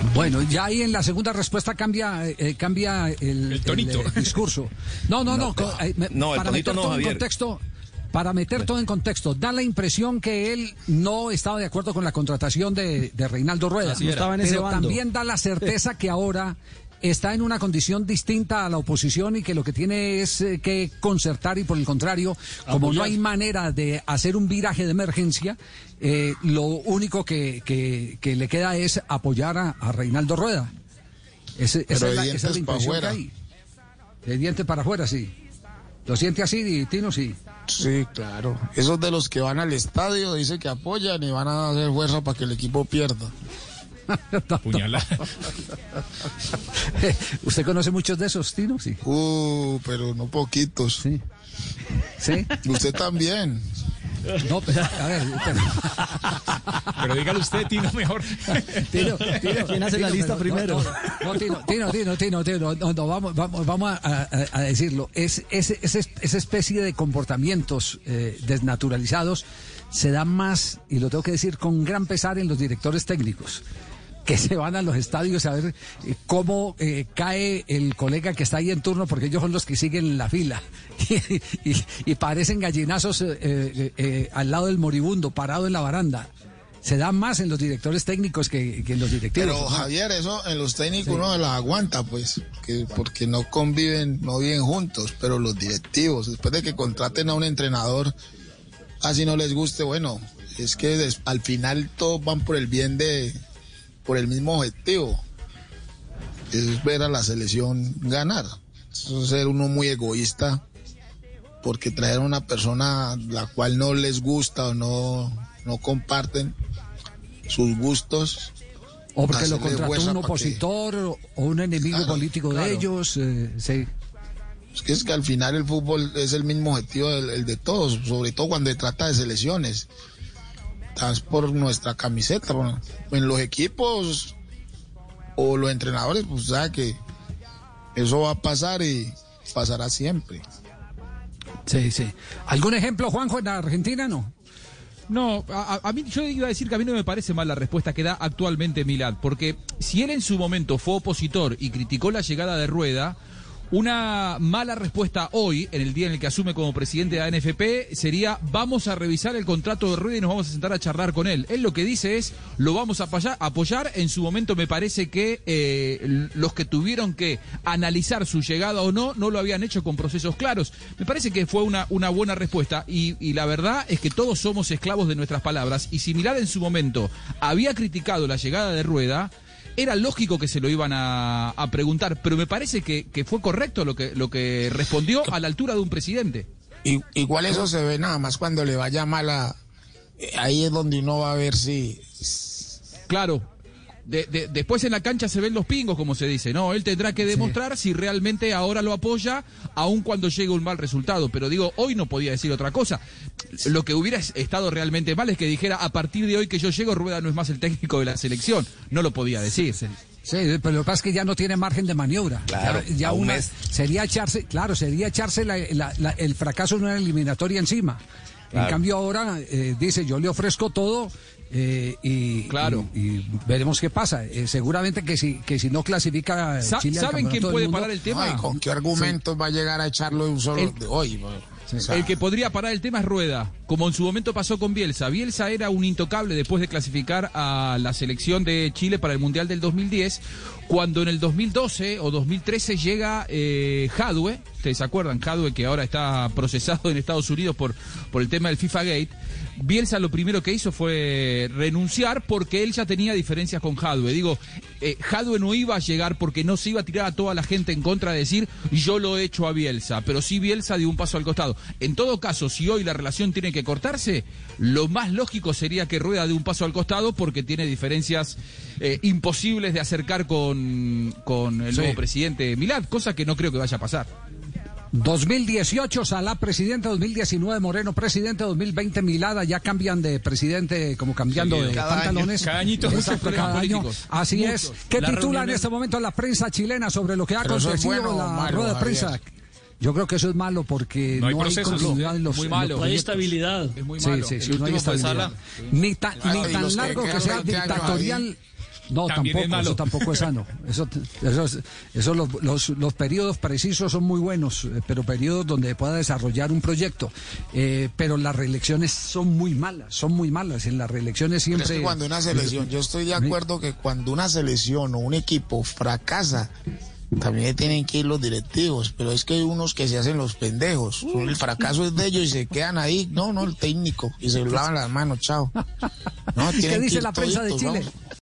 Bueno, ya ahí en la segunda respuesta cambia el tonito, el discurso. No, para meter todo en contexto. Para meter todo en contexto, da la impresión que él no estaba de acuerdo con la contratación de Reinaldo Rueda, pero también da la certeza que ahora está en una condición distinta a la oposición y que lo que tiene es que concertar y por el contrario, como no hay manera de hacer un viraje de emergencia, lo único que le queda es apoyar a Reinaldo Rueda. Esa es la impresión que hay. De dientes para afuera, sí. ¿Lo siente así, Tino? Sí. Sí, claro. Esos de los que van al estadio dicen que apoyan y van a hacer fuerza para que el equipo pierda. Puñalada. ¿Usted conoce muchos de esos, Tino? Sí. Pero no poquitos. Sí. ¿Sí? Usted también. No, pero, a ver, pero dígale usted, Tino, mejor. Tino, ¿quién hace la lista primero? No, vamos a decirlo. Esa especie de comportamientos desnaturalizados se da más, y lo tengo que decir con gran pesar, en los directores técnicos, que se van a los estadios a ver cómo cae el colega que está ahí en turno, porque ellos son los que siguen la fila y parecen gallinazos al lado del moribundo, parado en la baranda. Se da más en los directores técnicos que en los directivos. Pero, ¿no? Javier, eso en los técnicos uno la aguanta, pues, porque no viven juntos, pero los directivos, después de que contraten a un entrenador, así no les guste, bueno, es que al final todos van por el bien por el mismo objetivo, es ver a la selección ganar. Eso es ser uno muy egoísta, porque traer a una persona la cual no les gusta o no comparten sus gustos, o porque lo contrató un opositor o un enemigo político de ellos, sí. Es que al final el fútbol es el mismo objetivo el de todos, sobre todo cuando se trata de selecciones. Estás por nuestra camiseta, bueno, en los equipos o los entrenadores, pues sabe que eso va a pasar y pasará siempre. Sí. ¿Algún ejemplo, Juanjo, en Argentina, no? No, a mí yo iba a decir que a mí no me parece mal la respuesta que da actualmente Milad, porque si él en su momento fue opositor y criticó la llegada de Rueda, una mala respuesta hoy, en el día en el que asume como presidente de la ANFP, sería: vamos a revisar el contrato de Rueda y nos vamos a sentar a charlar con él. Él lo que dice es: lo vamos a apoyar. En su momento me parece que los que tuvieron que analizar su llegada o no lo habían hecho con procesos claros. Me parece que fue una buena respuesta y la verdad es que todos somos esclavos de nuestras palabras, y si Milad en su momento había criticado la llegada de Rueda, era lógico que se lo iban a preguntar, pero me parece que fue correcto lo que respondió, a la altura de un presidente. Igual eso se ve nada más cuando le vaya mal ahí es donde uno va a ver si... Claro. Después en la cancha se ven los pingos, como se dice, ¿no? Él tendrá que demostrar si realmente ahora lo apoya, aun cuando llegue un mal resultado. Pero digo, hoy no podía decir otra cosa. Lo que hubiera estado realmente mal es que dijera: a partir de hoy que yo llego, Rueda no es más el técnico de la selección. No lo podía decir. Sí, pero lo que pasa es que ya no tiene margen de maniobra. Claro, ya sería echarse el fracaso en una eliminatoria encima. Claro. En cambio ahora dice: yo le ofrezco todo. Y veremos qué pasa. Seguramente que si no clasifica Chile al ¿saben quién puede parar el tema? Ay, ¿con qué argumentos va a llegar a echarlo de un solo de hoy? El que podría parar el tema es Rueda, como en su momento pasó con Bielsa. Bielsa era un intocable después de clasificar a la selección de Chile para el Mundial del 2010, cuando en el 2012 o 2013 llega Jadue. ¿Ustedes se acuerdan? Jadue, que ahora está procesado en Estados Unidos por el tema del FIFA Gate. Bielsa lo primero que hizo fue renunciar porque él ya tenía diferencias con Jadue. Digo, Jadue no iba a llegar porque no se iba a tirar a toda la gente en contra de decir: yo lo he hecho a Bielsa, pero sí Bielsa dio un paso al costado. En todo caso, si hoy la relación tiene que cortarse, lo más lógico sería que Rueda dé un paso al costado, porque tiene diferencias imposibles de acercar con el nuevo presidente Milad, cosa que no creo que vaya a pasar. 2018 Salá presidente, 2019 Moreno presidente, 2020 Milad. Ya cambian de presidente, como cambiando de pantalones. Cada añito. Exacto, cada año. Así es. ¿Qué titula en este momento la prensa chilena sobre lo que ha acontecido en la rueda de prensa? Yo creo que eso es malo porque no hay continuidad en los... Muy malo. No hay estabilidad. Es muy malo. Sí, no hay estabilidad. Ni tan largo que sea dictatorial. No, tampoco, eso tampoco es sano. Los periodos precisos son muy buenos, pero periodos donde pueda desarrollar un proyecto. Pero las reelecciones son muy malas. En las reelecciones siempre... Pero es que cuando una selección, yo estoy de acuerdo que cuando una selección o un equipo fracasa, también tienen que ir los directivos, pero es que hay unos que se hacen los pendejos. El fracaso es de ellos y se quedan ahí. No, el técnico. Y se lavan las manos, chao. No, ¿Qué dice la prensa de Chile? Vamos.